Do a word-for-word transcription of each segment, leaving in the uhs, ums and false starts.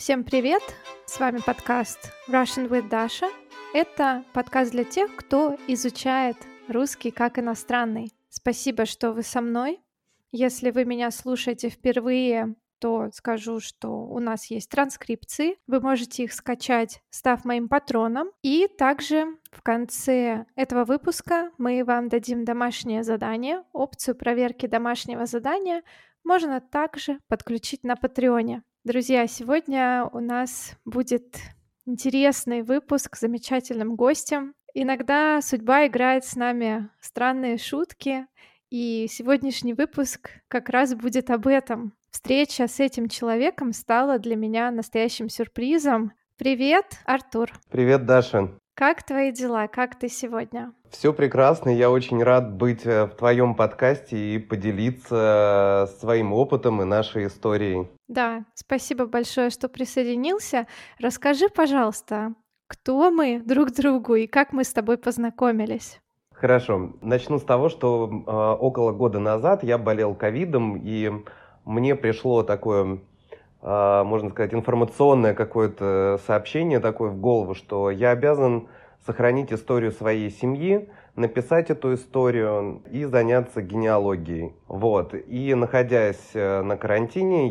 Всем привет! С вами подкаст Russian with Dasha. Это подкаст для тех, кто изучает русский как иностранный. Спасибо, что вы со мной. Если вы меня слушаете впервые, то скажу, что у нас есть транскрипции. Вы можете их скачать, став моим патроном. И также в конце этого выпуска мы вам дадим домашнее задание. Опцию проверки домашнего задания можно также подключить на Патреоне. Друзья, сегодня у нас будет интересный выпуск с замечательным гостем. Иногда судьба играет с нами странные шутки, и сегодняшний выпуск как раз будет об этом. Встреча с этим человеком стала для меня настоящим сюрпризом. Привет, Артур. Привет, Даша. Как твои дела? Как ты сегодня? Все прекрасно. Я очень рад быть в твоем подкасте и поделиться своим опытом и нашей историей. Да, спасибо большое, что присоединился. Расскажи, пожалуйста, кто мы друг другу и как мы с тобой познакомились? Хорошо. Начну с того, что э, около года назад я болел ковидом, и мне пришло такое, э, можно сказать, информационное какое-то сообщение такое в голову, что я обязан сохранить историю своей семьи, написать эту историю и заняться генеалогией. Вот. И находясь на карантине,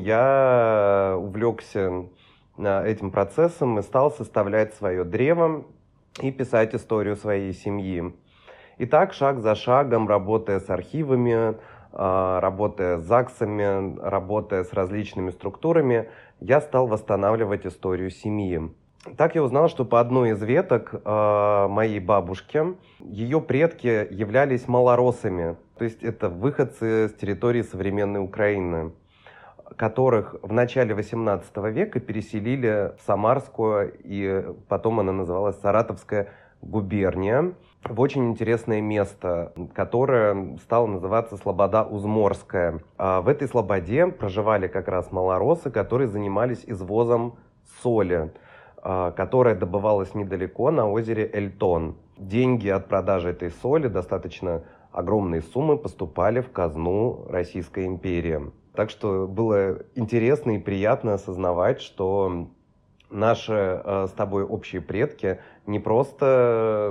я увлекся этим процессом и стал составлять свое древо и писать историю своей семьи. И так, шаг за шагом, работая с архивами, работая с ЗАГСами, работая с различными структурами, я стал восстанавливать историю семьи. Так я узнал, что по одной из веток э, моей бабушки ее предки являлись малороссами, то есть это выходцы с территории современной Украины, которых в начале восемнадцатого века переселили в Самарскую, и потом она называлась Саратовская губерния, в очень интересное место, которое стало называться Слобода-Узморская. А в этой слободе проживали как раз малороссы, которые занимались извозом соли, которая добывалась недалеко на озере Эльтон. Деньги от продажи этой соли, достаточно огромные суммы, поступали в казну Российской империи. Так что было интересно и приятно осознавать, что наши э, с тобой общие предки не просто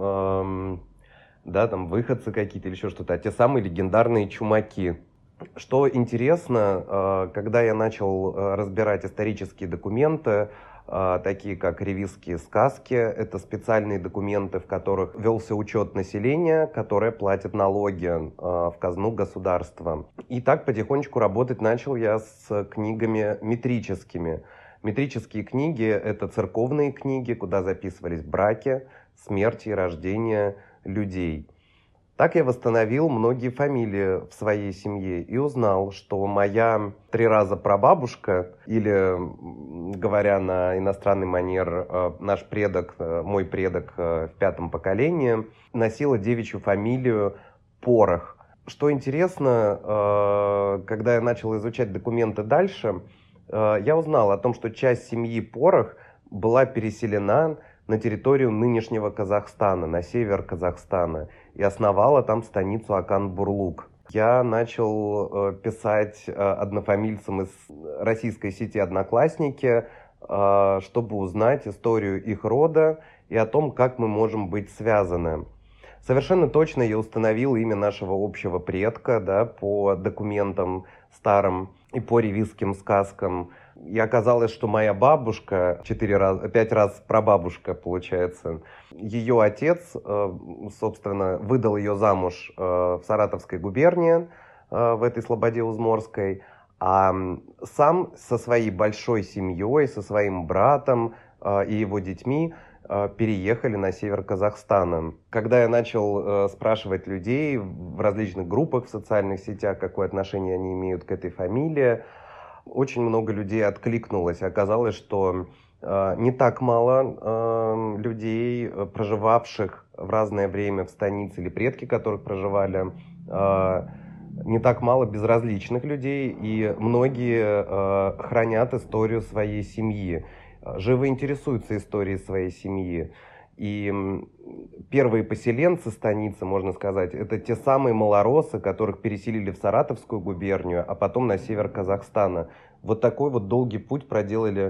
э, да, там, выходцы какие-то или еще что-то, а те самые легендарные чумаки. Что интересно, э, когда я начал э, разбирать исторические документы, такие как ревизские сказки. Это специальные документы, в которых велся учет населения, которое платит налоги в казну государства. И так потихонечку работать начал я с книгами метрическими. Метрические книги — это церковные книги, куда записывались браки, смерти и рождения людей. Так я восстановил многие фамилии в своей семье и узнал, что моя три раза прабабушка, или, говоря на иностранный манер, наш предок, мой предок в пятом поколении, носила девичью фамилию Порох. Что интересно, когда я начал изучать документы дальше, я узнал о том, что часть семьи Порох была переселена на территорию нынешнего Казахстана, на север Казахстана, и основала там станицу Акан-Бурлук. Я начал э, писать э, однофамильцам из российской сети «Одноклассники», э, чтобы узнать историю их рода и о том, как мы можем быть связаны. Совершенно точно я установил имя нашего общего предка, да, по документам старым и по ревизским сказкам. И оказалось, что моя бабушка, четыре раза, пять раз прабабушка, получается, ее отец, собственно, выдал ее замуж в Саратовской губернии, в этой слободе Узморской, а сам со своей большой семьей, со своим братом и его детьми переехали на север Казахстана. Когда я начал спрашивать людей в различных группах в социальных сетях, какое отношение они имеют к этой фамилии, очень много людей откликнулось. Оказалось, что э, не так мало э, людей, проживавших в разное время в станице, или предки которых проживали, э, не так мало безразличных людей, и многие э, хранят историю своей семьи, живо интересуются историей своей семьи. И первые поселенцы станицы, можно сказать, это те самые малороссы, которых переселили в Саратовскую губернию, а потом на север Казахстана. Вот такой вот долгий путь проделали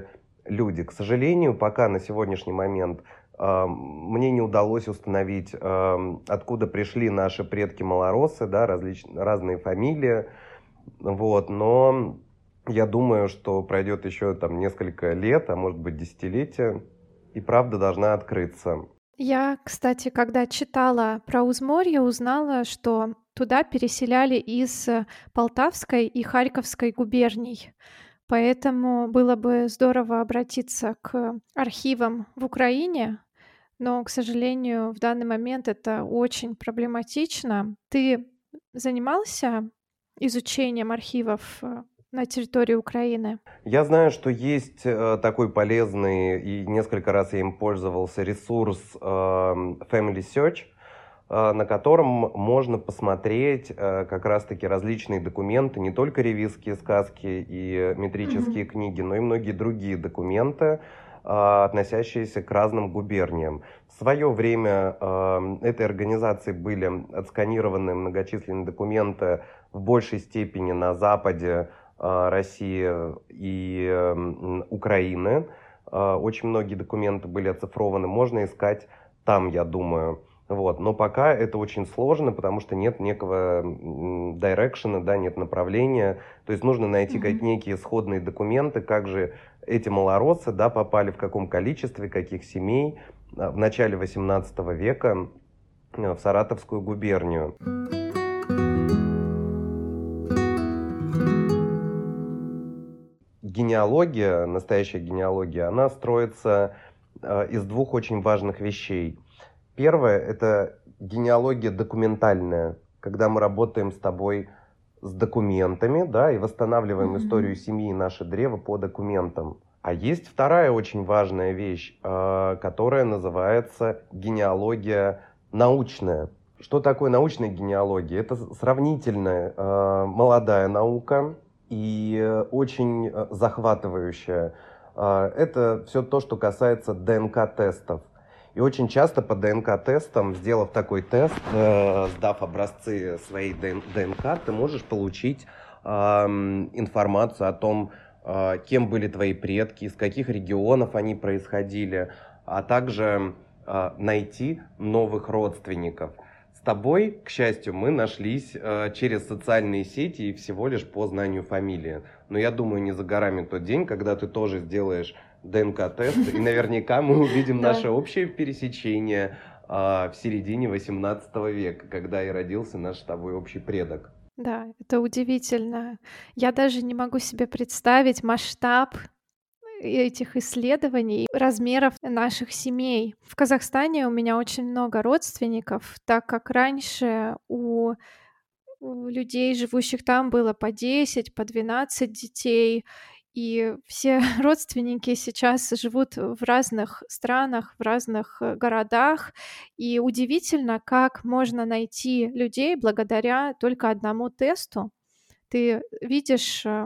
люди. К сожалению, пока на сегодняшний момент э, мне не удалось установить, э, откуда пришли наши предки-малороссы, да, различ... разные фамилии, вот, но я думаю, что пройдет еще там несколько лет, а может быть десятилетия, и правда должна открыться. Я, кстати, когда читала про Узморье, узнала, что туда переселяли из Полтавской и Харьковской губерний. Поэтому было бы здорово обратиться к архивам в Украине, но, к сожалению, в данный момент это очень проблематично. Ты занимался изучением архивов э, на территории Украины? Я знаю, что есть э, такой полезный, и несколько раз я им пользовался, ресурс э, Family Search, э, на котором можно посмотреть э, как раз-таки различные документы, не только ревизские сказки и метрические Мгм. книги, но и многие другие документы, э, относящиеся к разным губерниям. В свое время э, этой организации были отсканированы многочисленные документы в большей степени на Западе э, России и э, Украины. Э, очень многие документы были оцифрованы, можно искать там, я думаю. Вот. Но пока это очень сложно, потому что нет некого дирекшена, да, нет направления. То есть нужно найти как Мгм. некие сходные документы, как же эти малороссы, да, попали в каком количестве, каких семей э, в начале восемнадцатого века э, в Саратовскую губернию. Генеалогия, настоящая генеалогия, она строится э, из двух очень важных вещей. Первое – это генеалогия документальная, когда мы работаем с тобой с документами, да, и восстанавливаем историю Мгм. семьи и наше древо по документам. А есть вторая очень важная вещь, э, которая называется генеалогия научная. Что такое научная генеалогия? Это сравнительная э, молодая наука и э, очень э, захватывающая. Э, это все то, что касается ДНК-тестов. И очень часто по ДНК-тестам, сделав такой тест, э, сдав образцы своей ДНК, ты можешь получить э, информацию о том, э, кем были твои предки, из каких регионов они происходили, а также э, найти новых родственников. С тобой, к счастью, мы нашлись э, через социальные сети и всего лишь по знанию фамилии. Но я думаю, не за горами тот день, когда ты тоже сделаешь ДНК-тест, и наверняка мы увидим Да. наше общее пересечение а, в середине восемнадцатого века, когда и родился наш с тобой общий предок. Да, это удивительно. Я даже не могу себе представить масштаб этих исследований, размеров наших семей. В Казахстане у меня очень много родственников, так как раньше у у людей, живущих там, было по десять, по двенадцать детей, и все родственники сейчас живут в разных странах, в разных э, городах. И удивительно, как можно найти людей благодаря только одному тесту. Ты видишь, э,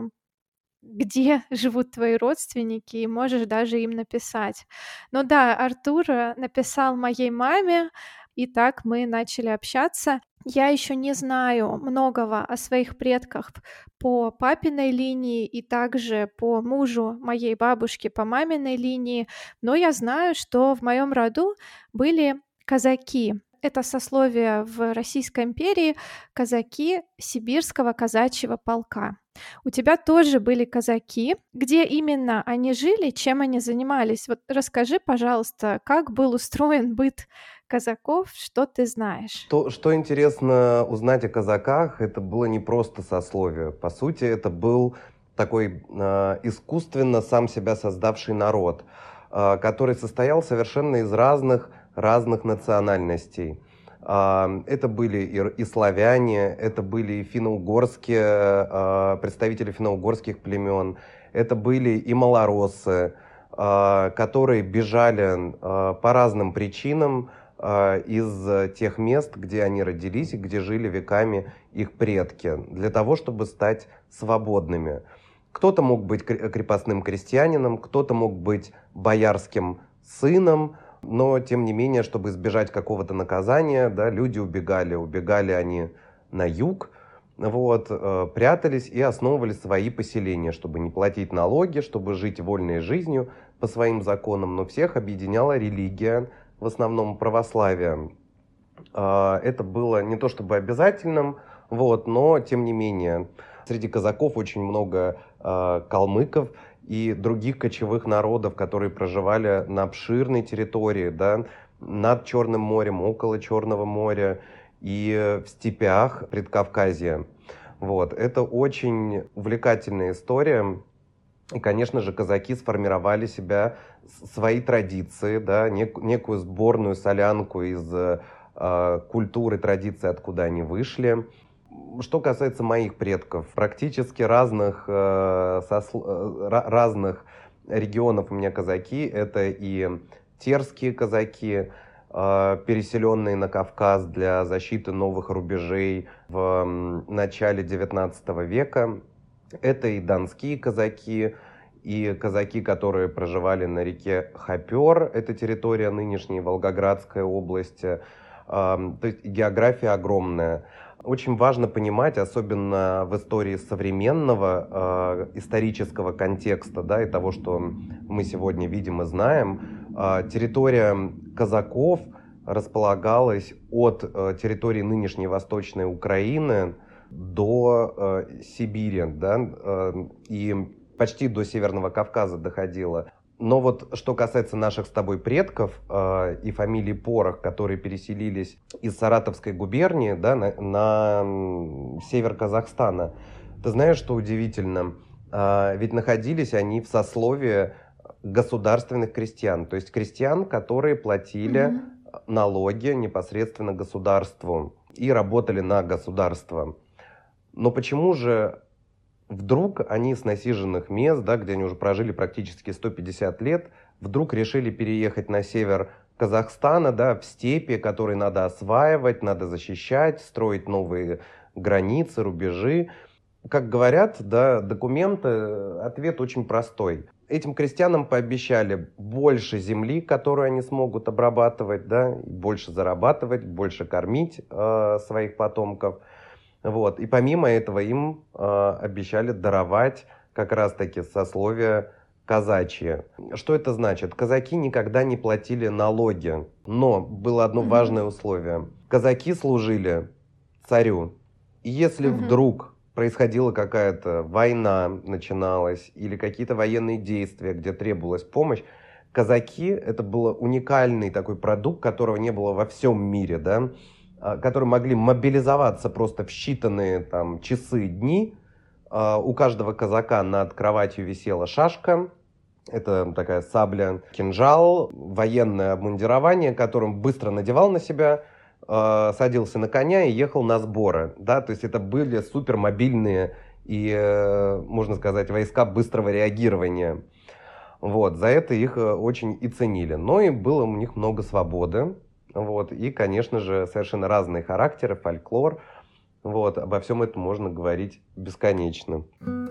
где живут твои родственники, и можешь даже им написать. Но да, Артур э, написал моей маме, и так мы начали общаться. Я еще не знаю многого о своих предках по папиной линии и также по мужу моей бабушки по маминой линии, но я знаю, что в моем роду были казаки. Это сословие в Российской империи, казаки Сибирского казачьего полка. У тебя тоже были казаки. Где именно они жили, чем они занимались? Вот расскажи, пожалуйста, как был устроен быт казаков, что ты знаешь? То, что интересно узнать о казаках, это было не просто сословие. По сути, это был такой э, искусственно сам себя создавший народ, э, который состоял совершенно из разных, разных национальностей. Э, это были и, и славяне, это были и финно-угорские, э, представители финно-угорских племен, это были и малороссы, э, которые бежали э, по разным причинам из тех мест, где они родились и где жили веками их предки, для того, чтобы стать свободными. Кто-то мог быть крепостным крестьянином, кто-то мог быть боярским сыном, но, тем не менее, чтобы избежать какого-то наказания, да, люди убегали. Убегали они на юг, вот, э, прятались и основывали свои поселения, чтобы не платить налоги, чтобы жить вольной жизнью, по своим законам, но всех объединяла религия, в основном православие. Это было не то чтобы обязательным, вот, но тем не менее. Среди казаков очень много калмыков и других кочевых народов, которые проживали на обширной территории, да, над Черным морем, около Черного моря и в степях Предкавказья. Вот. Это очень увлекательная история. И, конечно же, казаки сформировали себя, свои традиции, да, нек- некую сборную солянку из э, культуры, традиций, откуда они вышли. Что касается моих предков, практически разных, э, сосл... разных регионов у меня казаки. Это и терские казаки, э, переселенные на Кавказ для защиты новых рубежей в начале девятнадцатого века. Это и донские казаки, и казаки, которые проживали на реке Хопер, это территория нынешней Волгоградской области. То есть география огромная. Очень важно понимать, особенно в истории современного э, исторического контекста, да, и того, что мы сегодня видим и знаем, э, территория казаков располагалась от э, территории нынешней Восточной Украины до э, Сибири, да, э, и почти до Северного Кавказа доходила. Но вот что касается наших с тобой предков э, и фамилии Порох, которые переселились из Саратовской губернии, да, на, на север Казахстана, ты знаешь, что удивительно? Э, ведь находились они в сословии государственных крестьян, то есть крестьян, которые платили mm-hmm. налоги непосредственно государству и работали на государство. Но почему же вдруг они с насиженных мест, да, где они уже прожили практически сто пятьдесят лет, вдруг решили переехать на север Казахстана, да, в степи, которые надо осваивать, надо защищать, строить новые границы, рубежи? Как говорят, да, документы, ответ очень простой. Этим крестьянам пообещали больше земли, которую они смогут обрабатывать, да, больше зарабатывать, больше кормить э, своих потомков. Вот. И помимо этого им э, обещали даровать как раз-таки сословие казачье. Что это значит? Казаки никогда не платили налоги, но было одно mm-hmm. важное условие. Казаки служили царю. И если mm-hmm. вдруг происходила какая-то война, начиналась, или какие-то военные действия, где требовалась помощь, казаки — это был уникальный такой продукт, которого не было во всем мире, да, которые могли мобилизоваться просто в считанные там, часы, дни. У каждого казака над кроватью висела шашка, это такая сабля, кинжал, военное обмундирование, которым быстро надевал на себя, садился на коня и ехал на сборы. Да? То есть это были супермобильные и, можно сказать, войска быстрого реагирования. Вот. За это их очень и ценили. Но и было у них много свободы. Вот. И, конечно же, совершенно разные характеры, фольклор. Вот. Обо всем этом можно говорить бесконечно.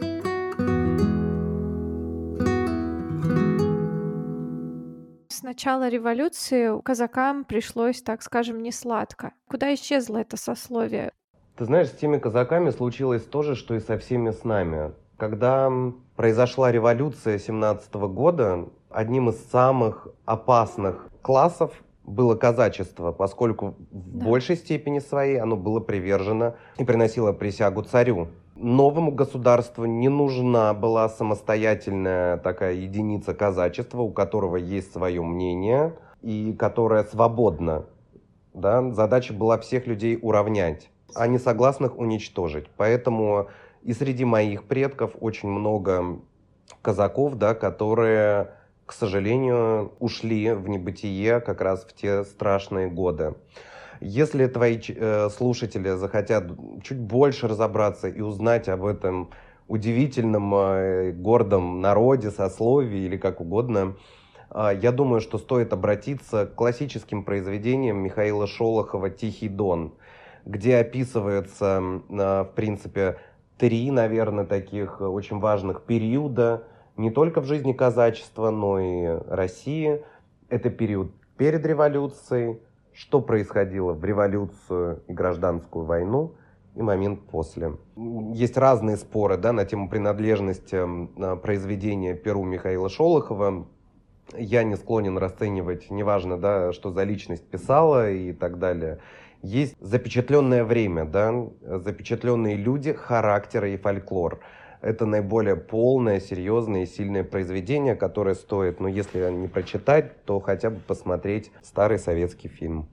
С начала революции казакам пришлось, так скажем, несладко. Куда исчезло это сословие? Ты знаешь, с теми казаками случилось то же, что и со всеми с нами. Когда произошла революция семнадцатого года, одним из самых опасных классов было казачество, поскольку в да. большей степени своей оно было привержено и приносило присягу царю. Новому государству не нужна была самостоятельная такая единица казачества, у которого есть свое мнение и которое свободно. Да? Задача была всех людей уравнять, а несогласных уничтожить. Поэтому и среди моих предков очень много казаков, да, которые, к сожалению, ушли в небытие как раз в те страшные годы. Если твои э, слушатели захотят чуть больше разобраться и узнать об этом удивительном, э, гордом народе, сословии или как угодно, э, я думаю, что стоит обратиться к классическим произведениям Михаила Шолохова «Тихий Дон», где описывается, э, в принципе, три, наверное, таких очень важных периода не только в жизни казачества, но и России. Это период перед революцией, что происходило в революцию и гражданскую войну, и момент после. Есть разные споры, да, на тему принадлежности произведения перу Михаила Шолохова. я не склонен расценивать, неважно, да, что за личность писала и так далее. Есть запечатленное время, да, запечатленные люди, характеры и фольклор. Это наиболее полное, серьезное и сильное произведение, которое стоит, ну, если не прочитать, то хотя бы посмотреть старый советский фильм.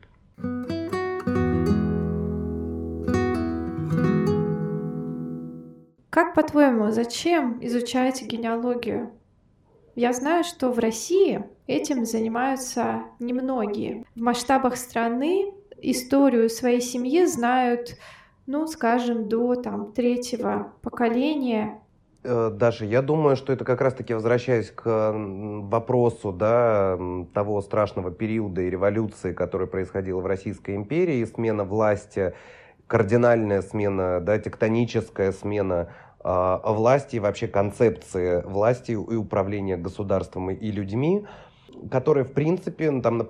Как, по-твоему, зачем изучать генеалогию? Я знаю, что в России этим занимаются немногие. В масштабах страны историю своей семьи знают, ну, скажем, до там, третьего поколения. Даша, я думаю, что это как раз-таки, возвращаясь к вопросу, да, того страшного периода и революции, которая происходила в Российской империи, смена власти, кардинальная смена, да, тектоническая смена э, власти и вообще концепции власти и управления государством и людьми, которые, в принципе, там, на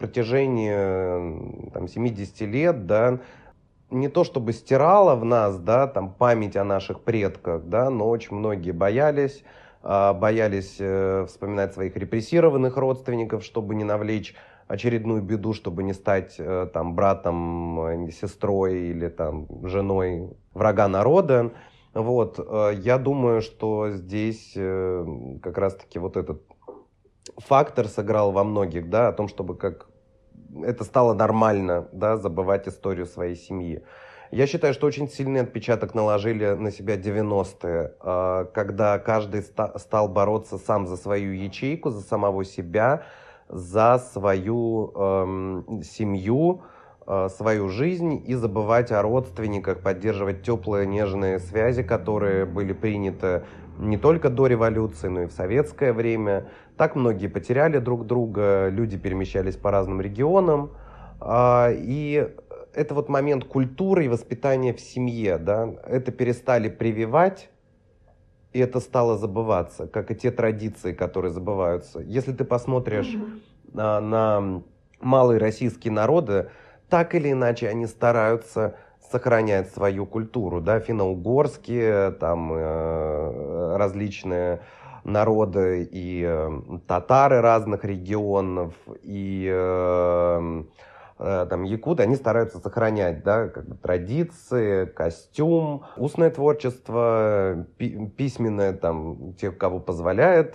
протяжении там, семидесяти лет, да, не то чтобы стирала в нас, да, там, память о наших предках, да, но очень многие боялись, э, боялись э, вспоминать своих репрессированных родственников, чтобы не навлечь очередную беду, чтобы не стать э, там, братом, сестрой или там, женой врага народа. Вот. Э, я думаю, что здесь э, как раз-таки вот этот фактор сыграл во многих, да, о том, чтобы как это стало нормально, да, забывать историю своей семьи. Я считаю, что очень сильный отпечаток наложили на себя девяностые, э, когда каждый ста- стал бороться сам за свою ячейку, за самого себя, за свою э, семью, э, свою жизнь и забывать о родственниках, поддерживать теплые, нежные связи, которые были приняты не только до революции, но и в советское время. Так многие потеряли друг друга, люди перемещались по разным регионам. Э, и это вот момент культуры и воспитания в семье, да, это перестали прививать, и это стало забываться, как и те традиции, которые забываются. Если ты посмотришь mm-hmm. на, на малые российские народы, так или иначе они стараются сохранять свою культуру. Да? Финно-угорские, там, э, различные народы, и э, татары разных регионов, и э, там, якуты, они стараются сохранять, да, как бы традиции, костюм, устное творчество, пи- письменное, там, тех, кого позволяет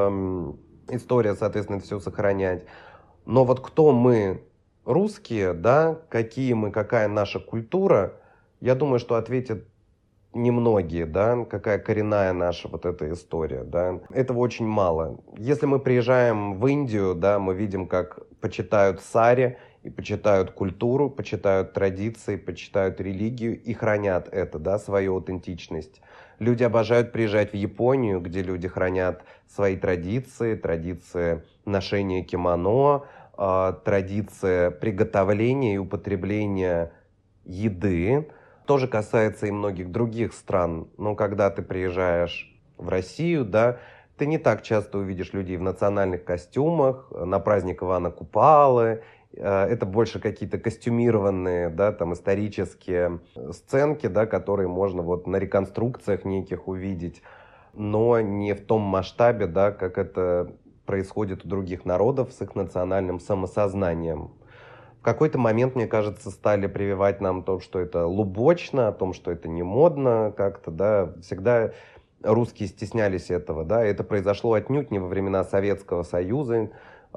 э, история, соответственно, это все сохранять. Но вот кто мы, русские, да, какие мы, какая наша культура, я думаю, что ответят немногие, да, какая коренная наша вот эта история, да. Этого очень мало. Если мы приезжаем в Индию, да, мы видим, как почитают сари, и почитают культуру, почитают традиции, почитают религию и хранят это, да, свою аутентичность. Люди обожают приезжать в Японию, где люди хранят свои традиции, традиции ношения кимоно, э, традиции приготовления и употребления еды. Тоже касается и многих других стран. Но когда ты приезжаешь в Россию, да, ты не так часто увидишь людей в национальных костюмах, на праздник Ивана Купалы. Это больше какие-то костюмированные, да, там, исторические сценки, да, которые можно вот на реконструкциях неких увидеть, но не в том масштабе, да, как это происходит у других народов с их национальным самосознанием. В какой-то момент, мне кажется, стали прививать нам то, что это лубочно, о том, что это не модно как-то, да, всегда русские стеснялись этого, да, это произошло отнюдь не во времена Советского Союза.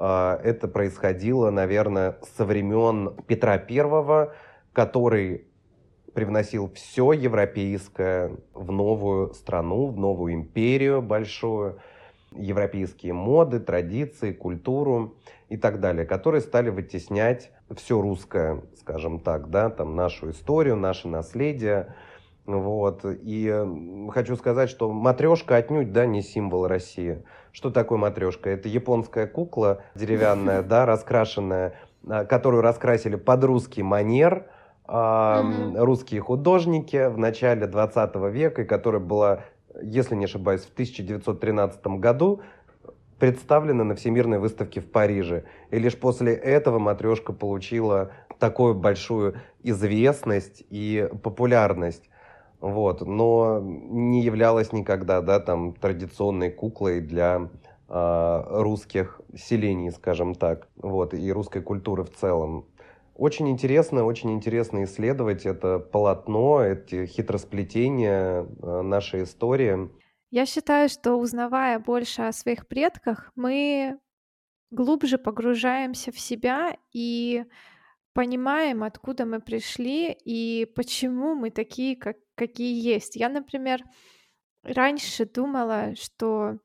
Это происходило, наверное, со времен Петра Первого, который привносил все европейское в новую страну, в новую империю большую, европейские моды, традиции, культуру и так далее, которые стали вытеснять все русское, скажем так, да, там нашу историю, наше наследие. Вот. И хочу сказать, что матрешка отнюдь, да, не символ России. Что такое матрешка? Это японская кукла деревянная, да, раскрашенная, которую раскрасили под русский манер mm-hmm. русские художники в начале двадцатого века, и которая была, если не ошибаюсь, в тысяча девятьсот тринадцатом году представлена на Всемирной выставке в Париже. И лишь после этого матрешка получила такую большую известность и популярность. Вот, но не являлась никогда, да, там, традиционной куклой для а, русских селений, скажем так, вот, и русской культуры в целом. Очень интересно, очень интересно исследовать это полотно, эти хитросплетения а, нашей истории. Я считаю, что узнавая больше о своих предках, мы глубже погружаемся в себя и понимаем, откуда мы пришли и почему мы такие, как, какие есть. Я, например, раньше думала, что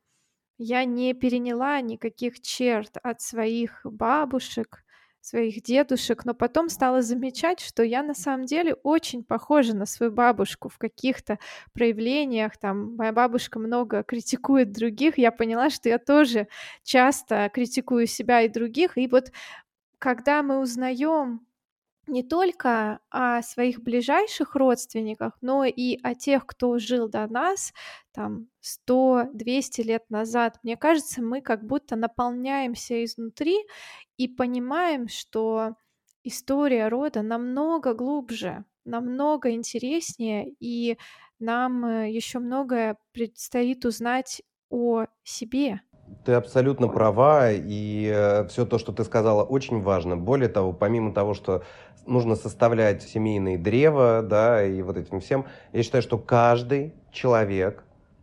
я не переняла никаких черт от своих бабушек, своих дедушек, но потом стала замечать, что я на самом деле очень похожа на свою бабушку в каких-то проявлениях. Там моя бабушка много критикует других. Я поняла, что я тоже часто критикую себя и других. И вот когда мы узнаем не только о своих ближайших родственниках, но и о тех, кто жил до нас, там, сто-двести лет назад. Мне кажется, мы как будто наполняемся изнутри и понимаем, что история рода намного глубже, намного интереснее, и нам э, еще многое предстоит узнать о себе. Ты абсолютно права, и все то, что ты сказала, очень важно. Более того, помимо того, что нужно составлять семейные древа, да, и вот этим всем, я считаю, что каждый человек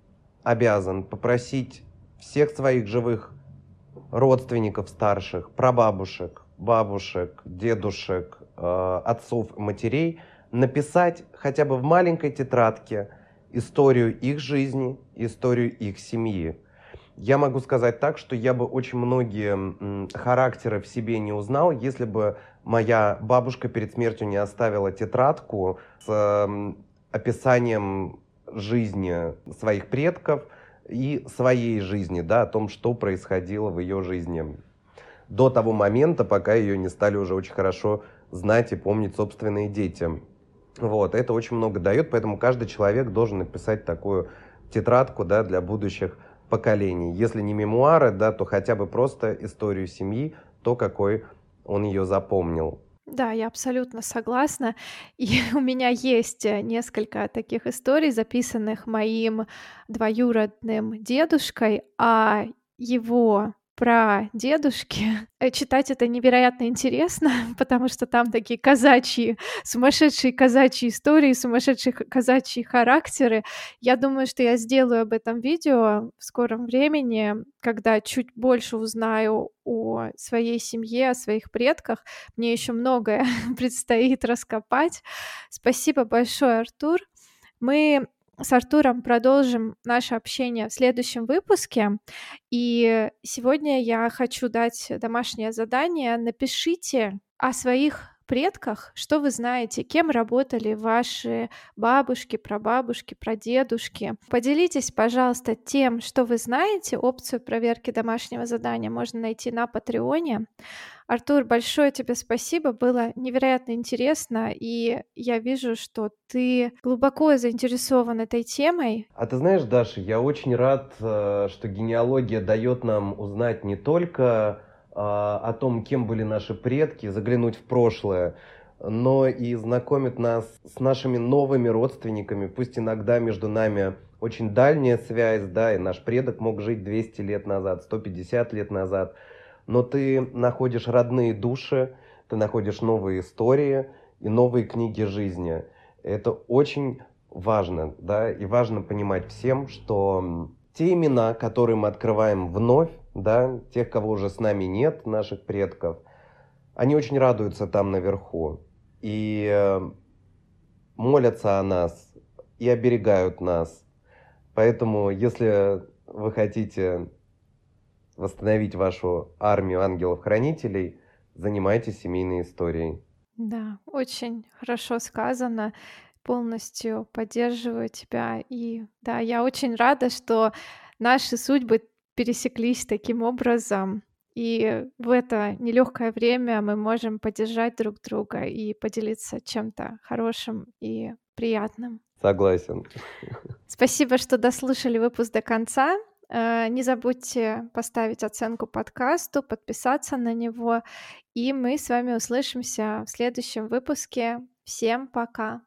обязан попросить всех своих живых родственников старших, прабабушек, бабушек, дедушек, э, отцов, матерей написать хотя бы в маленькой тетрадке историю их жизни, историю их семьи. Я могу сказать так, что я бы очень многие м, характеры в себе не узнал, если бы моя бабушка перед смертью не оставила тетрадку с м, описанием жизни своих предков и своей жизни, да, о том, что происходило в ее жизни до того момента, пока ее не стали уже очень хорошо знать и помнить собственные дети. Вот, это очень много дает, поэтому каждый человек должен написать такую тетрадку, да, для будущих поколений. Если не мемуары, да, то хотя бы просто историю семьи, то, какой он ее запомнил. Да, я абсолютно согласна. И у меня есть э, несколько таких историй, записанных моим двоюродным дедушкой, а его прадедушке. Э, Читать это невероятно интересно, потому что там такие казачьи, сумасшедшие казачьи истории, сумасшедшие х- казачьи характеры. Я думаю, что я сделаю об этом видео в скором времени, когда чуть больше узнаю о своей семье, о своих предках. Мне еще многое предстоит раскопать. Спасибо большое, Артур. Мы с Артуром продолжим наше общение в следующем выпуске. И сегодня я хочу дать домашнее задание. Напишите о своих предках, что вы знаете, кем работали ваши бабушки, прабабушки, прадедушки. Поделитесь, пожалуйста, тем, что вы знаете. Опцию проверки домашнего задания можно найти на Патреоне. Артур, большое тебе спасибо, было невероятно интересно, и я вижу, что ты глубоко заинтересован этой темой. А ты знаешь, Даша, я очень рад, э, что генеалогия дает нам узнать не только э, о том, кем были наши предки, заглянуть в прошлое, но и знакомит нас с нашими новыми родственниками. Пусть иногда между нами очень дальняя связь, да, и наш предок мог жить двести лет назад, сто пятьдесят лет назад, но ты находишь родные души, ты находишь новые истории и новые книги жизни. Это очень важно, да, и важно понимать всем, что м, те имена, которые мы открываем вновь, да, тех, кого уже с нами нет, наших предков, они очень радуются там наверху и э, молятся о нас и оберегают нас. Поэтому, если вы хотите восстановить вашу армию ангелов-хранителей, занимайтесь семейной историей. Да, очень хорошо сказано. Полностью поддерживаю тебя. И да, я очень рада, что наши судьбы пересеклись таким образом. И в это нелегкое время мы можем поддержать друг друга и поделиться чем-то хорошим и приятным. Согласен. Спасибо, что дослушали выпуск до конца. Э, Не забудьте поставить оценку подкасту, подписаться на него, и мы с вами услышимся в следующем выпуске. Всем пока!